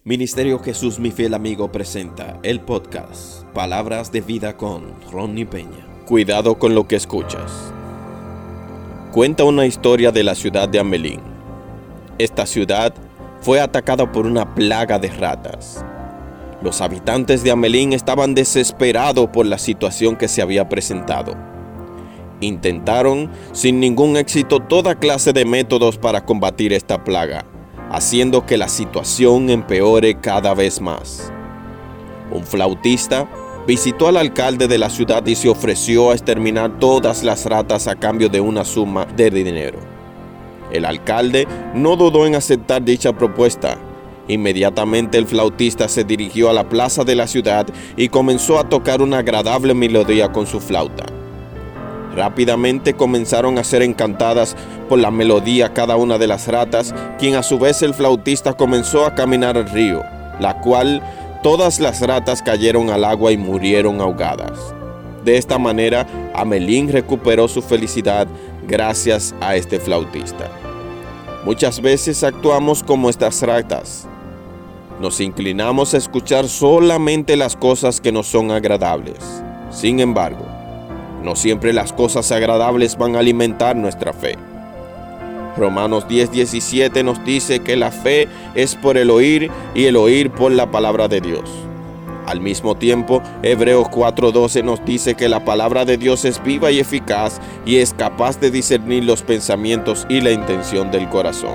Ministerio Jesús mi fiel amigo presenta el podcast Palabras de Vida con Ronnie Peña. Cuidado con lo que escuchas. Cuenta una historia de la ciudad de Amelín. Esta ciudad fue atacada por una plaga de ratas. Los habitantes de Amelín estaban desesperados por la situación que se había presentado. Intentaron sin ningún éxito toda clase de métodos para combatir esta plaga, haciendo que la situación empeore cada vez más. Un flautista visitó al alcalde de la ciudad y se ofreció a exterminar todas las ratas a cambio de una suma de dinero. El alcalde no dudó en aceptar dicha propuesta. Inmediatamente el flautista se dirigió a la plaza de la ciudad y comenzó a tocar una agradable melodía con su flauta. Rápidamente comenzaron a ser encantadas por la melodía cada una de las ratas, quien a su vez el flautista comenzó a caminar al río, la cual todas las ratas cayeron al agua y murieron ahogadas. De esta manera, Amelín recuperó su felicidad gracias a este flautista. Muchas veces actuamos como estas ratas. Nos inclinamos a escuchar solamente las cosas que nos son agradables. Sin embargo, no siempre las cosas agradables van a alimentar nuestra fe. Romanos 10:17 nos dice que la fe es por el oír y el oír por la palabra de Dios. Al mismo tiempo, Hebreos 4:12 nos dice que la palabra de Dios es viva y eficaz y es capaz de discernir los pensamientos y la intención del corazón.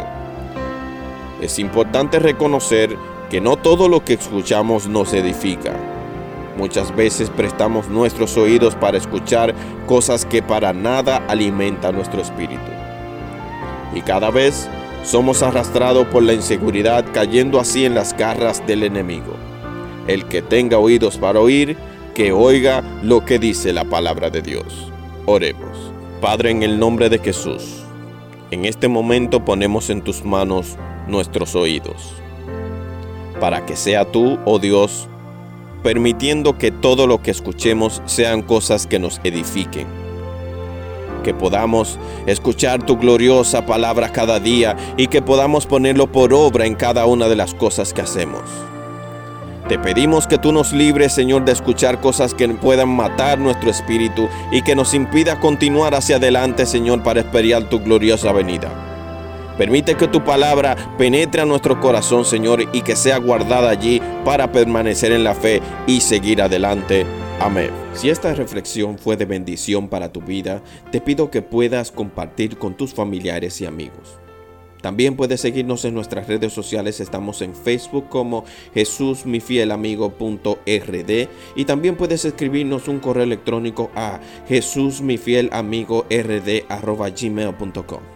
Es importante reconocer que no todo lo que escuchamos nos edifica. Muchas veces prestamos nuestros oídos para escuchar cosas que para nada alimentan nuestro espíritu. Y cada vez somos arrastrados por la inseguridad, cayendo así en las garras del enemigo. El que tenga oídos para oír, que oiga lo que dice la palabra de Dios. Oremos. Padre, en el nombre de Jesús, en este momento ponemos en tus manos nuestros oídos, para que sea tú, oh Dios, permitiendo que todo lo que escuchemos sean cosas que nos edifiquen. Que podamos escuchar tu gloriosa palabra cada día y que podamos ponerlo por obra en cada una de las cosas que hacemos. Te pedimos que tú nos libres, Señor, de escuchar cosas que puedan matar nuestro espíritu y que nos impida continuar hacia adelante, Señor, para esperar tu gloriosa venida. Permite que tu palabra penetre a nuestro corazón, Señor, y que sea guardada allí para permanecer en la fe y seguir adelante. Amén. Si esta reflexión fue de bendición para tu vida, te pido que puedas compartir con tus familiares y amigos. También puedes seguirnos en nuestras redes sociales. Estamos en Facebook como jesusmifielamigos.rd y también puedes escribirnos un correo electrónico a jesusmifielamigos.rd@gmail.com.